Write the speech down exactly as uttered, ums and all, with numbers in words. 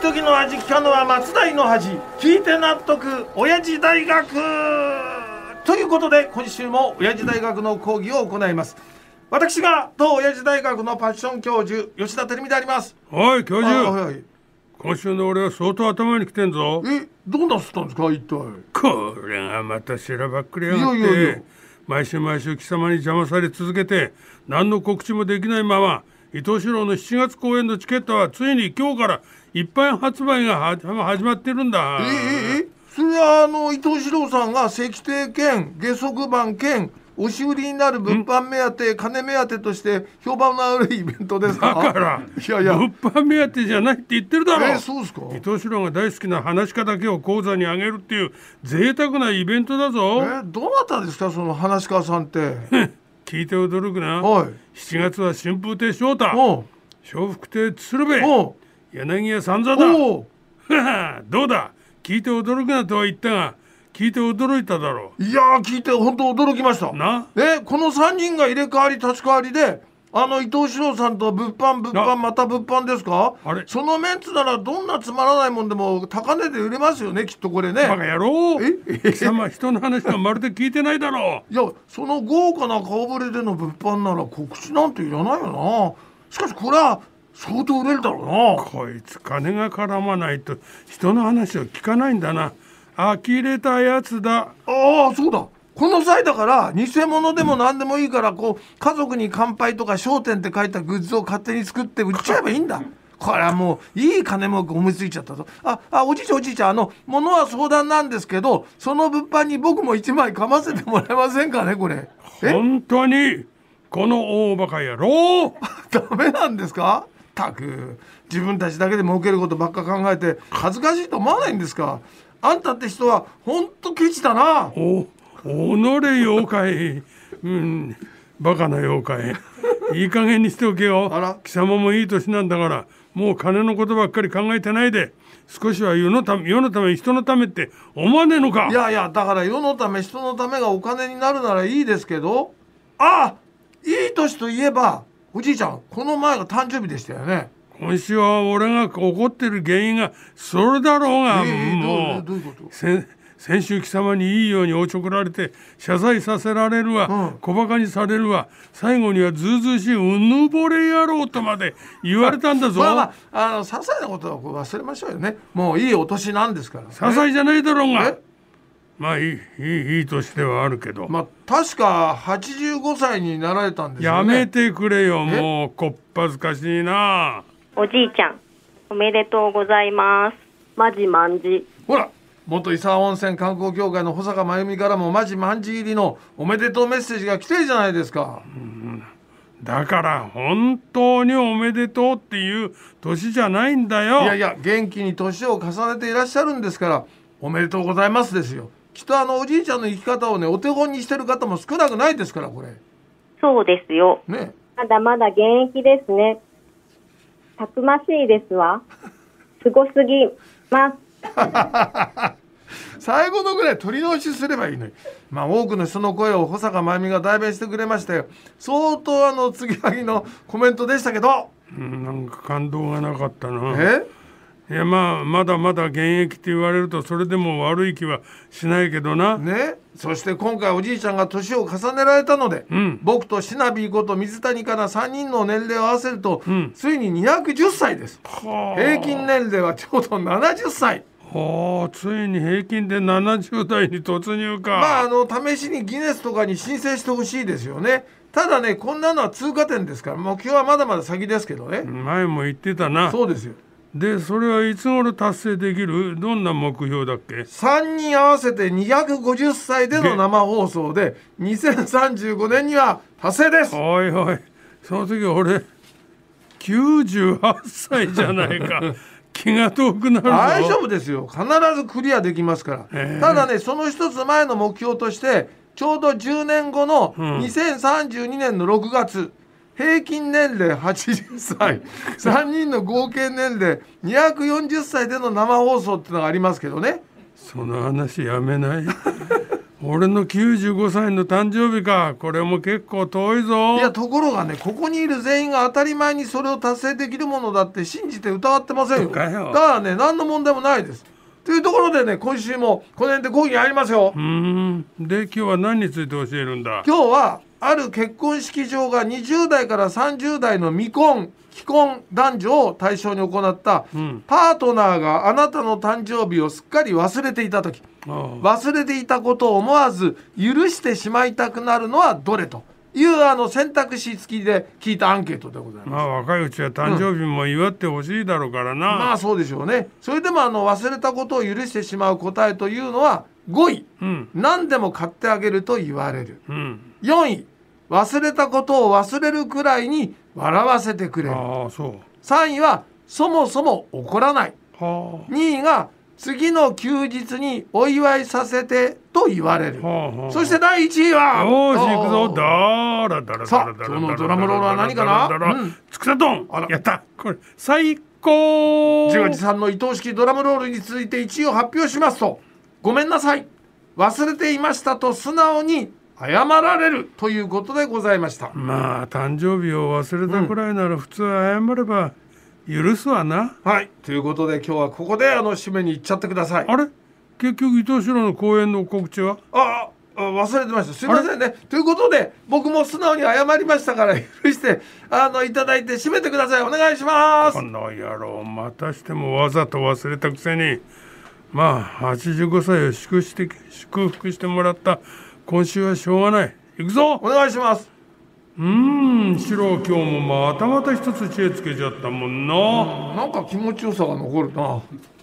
時の味聞かぬは松代の恥、聞いて納得親父大学ということで、今週も親父大学の講義を行います。私が当親父大学のパッション教授吉田照美であります。 はい教授、 はい、 今週の俺は相当頭にきてんぞ。 え、どうなすったんですか一体。 これがまたしらばっくりやがって。 いやいやいや、 毎週毎週貴様に邪魔され続けて何の告知もできないまま、伊藤四郎のしちがつ公演のチケットはついに今日から一般発売が始まってるんだ。 えええ、それはあの伊藤四郎さんが石庭兼下足版兼押し売りになる物販目当て金目当てとして評判の悪いイベントですか。 だからいやいや、 物販目当てじゃないって言ってるだろ。 え、そうですか。 伊藤四郎が大好きな話し家だけを講座にあげるっていう贅沢なイベントだぞ。 え、どなたですかその話し家さんって。 聞いて驚くな。 はい、しちがつは春風亭昇太、笑福亭鶴瓶、柳家三座だ。どうだ、聞いて驚くなとは言ったが聞いて驚いただろう。 いやー、聞いて本当驚きましたな。 え、このさんにんが入れ替わり立ち替わりで、あの伊藤四郎さんと物販物販また物販ですか。 あれ、 そのメンツならどんなつまらないもんでも高値で売れますよね、きっとこれね。 バカ野郎。 え貴様人の話はまるで聞いてないだろう。いや、その豪華な顔ぶれでの物販なら告知なんていらないよな。しかしこれは相当売れるだろうな。 こいつ金が絡まないと人の話を聞かないんだな。呆れたやつだ。 ああ、そうだ、この際だから偽物でも何でもいいから、こう家族に乾杯とか商店って書いたグッズを勝手に作って売っちゃえばいいんだ。これはもういい金も思いついちゃったぞ。ああ、おじいちゃんおじいちゃん、あの物は相談なんですけど、その物販に僕も一枚かませてもらえませんかねこれ。え、 本当にこの大バカ野郎。 ダメなんですか。たく自分たちだけで儲けることばっか考えて恥ずかしいと思わないんですか。あんたって人はほんとケチだな。 おおのれ妖怪、うん、バカな妖怪、いい加減にしておけよ。 あら、 貴様もいい年なんだから、もう金のことばっかり考えてないで、少しは世のため、世のため人のためって思わねえのか。 いやいや、だから世のため人のためがお金になるならいいですけど。ああ、いい年といえばおじいちゃん、この前が誕生日でしたよね。 今週は俺が怒ってる原因がそれだろうが、 えー、 もうどういうこと。 先週貴様にいいようにおちょくられて謝罪させられるわ、うん、小バカにされるわ、最後にはずうずうしいうぬぼれ野郎とまで言われたんだぞ。 まあまあ、あの些細なことは忘れましょうよね。もういいお年なんですから。 些細じゃないだろうが。まあいいいいいい年ではあるけど、 まあ確かはちじゅうごさいになられたんですよね。 やめてくれよ、もうこっぱずかしいな。 おじいちゃんおめでとうございます。マジマンジ。 ほら、元伊沢温泉観光協会の保坂真由美からもマジマンジ入りのおめでとうメッセージが来てるじゃないですか。 うん、だから本当におめでとうっていう年じゃないんだよ。 いやいや、元気に年を重ねていらっしゃるんですからおめでとうございますですよ。きっとあのおじいちゃんの生き方をねお手本にしてる方も少なくないですから、これ。 そうですよ、 ね、 まだまだ現役ですね。たくましいですわ。すごすぎます最後のぐらい取り直しすればいいのに。まあ多くの人の声を保坂真由美が代弁してくれましたよ。相当あの継ぎはぎのコメントでしたけど、 うん、なんか感動がなかったな。 えいや、まあまだまだ現役って言われるとそれでも悪い気はしないけどな。 ね、そして今回おじいちゃんが年を重ねられたので、うん、僕とシナビーこと水谷からさんにんの年齢を合わせると、うん、ついににひゃくじゅっさいです。平均年齢はちょうどななじゅっさい。 はあ、ついに平均でななじゅうだいに突入か。 まああの試しにギネスとかに申請してほしいですよね。ただね、こんなのは通過点ですから、目標はまだまだ先ですけどね。 前も言ってたな。 そうですよ。 でそれはいつ頃達成できる？どんな目標だっけ？ さんにん合わせてにひゃくごじゅっさいでの生放送でにせんさんじゅうごねんには達成です。 おいおい、その時俺きゅうじゅうはっさいじゃないか気が遠くなるぞ。 大丈夫ですよ、必ずクリアできますから、えー、ただね、その一つ前の目標としてちょうどじゅうねんごのにせんさんじゅうにねんのろくがつ、うん、平均年齢はちじゅっさいさんにんの合計年齢にひゃくよんじゅっさいでの生放送っていうのがありますけどね。 その話やめない俺のきゅうじゅうごさいの誕生日か。これも結構遠いぞ。 いやところがね、ここにいる全員が当たり前にそれを達成できるものだって信じて疑ってませんよ。 かよだからね、何の問題もないです。というところでね、今週もこの辺で講義入りますよ。 うーん。で今日は何について教えるんだ。 今日はある結婚式場がにじゅう代からさんじゅう代の未婚既婚男女を対象に行った、 うん、 パートナーがあなたの誕生日をすっかり忘れていた時、 ああ忘れていたことを思わず許してしまいたくなるのはどれというあの選択肢付きで聞いたアンケートでございます。 まあ若いうちは誕生日も祝ってほしいだろうからな、 まあそうでしょうね。それでもあの忘れたことを許してしまう答えというのはごい、 うん、 何でも買ってあげると言われる。 うん、 よんい、忘れたことを忘れるくらいに笑わせてくれる。 ああそう。 さんいはそもそも怒らない。 はあ、 にいが次の休日にお祝いさせてと言われる。 はあはあ、 そしてだいいちいはよーし行くぞ。だーらだらださあらだら今日のドラムロールは何かな。うんつくさとんあらやった。これ最高。 じゅうがちさんの伊藤式ドラムロールについていちいを発表しますと、ごめんなさい、忘れていましたと素直に謝られるということでございました。 まあ誕生日を忘れたくらいなら普通謝れば許すわな、 はい、ということで今日はここであの締めに行っちゃってください。 あれ結局伊藤四郎の公演の告知は。 ああ忘れてました。すいませんね。ということで僕も素直に謝りましたから許してあのいただいて締めてください。お願いします。 この野郎またしてもわざと忘れたくせに。まあはちじゅうごさいを祝して祝福してもらった今週はしょうがない。行くぞ。 お願いします。 うーん、四郎今日もまたまた一つ知恵つけちゃったもんな。 なんか気持ちよさが残るな。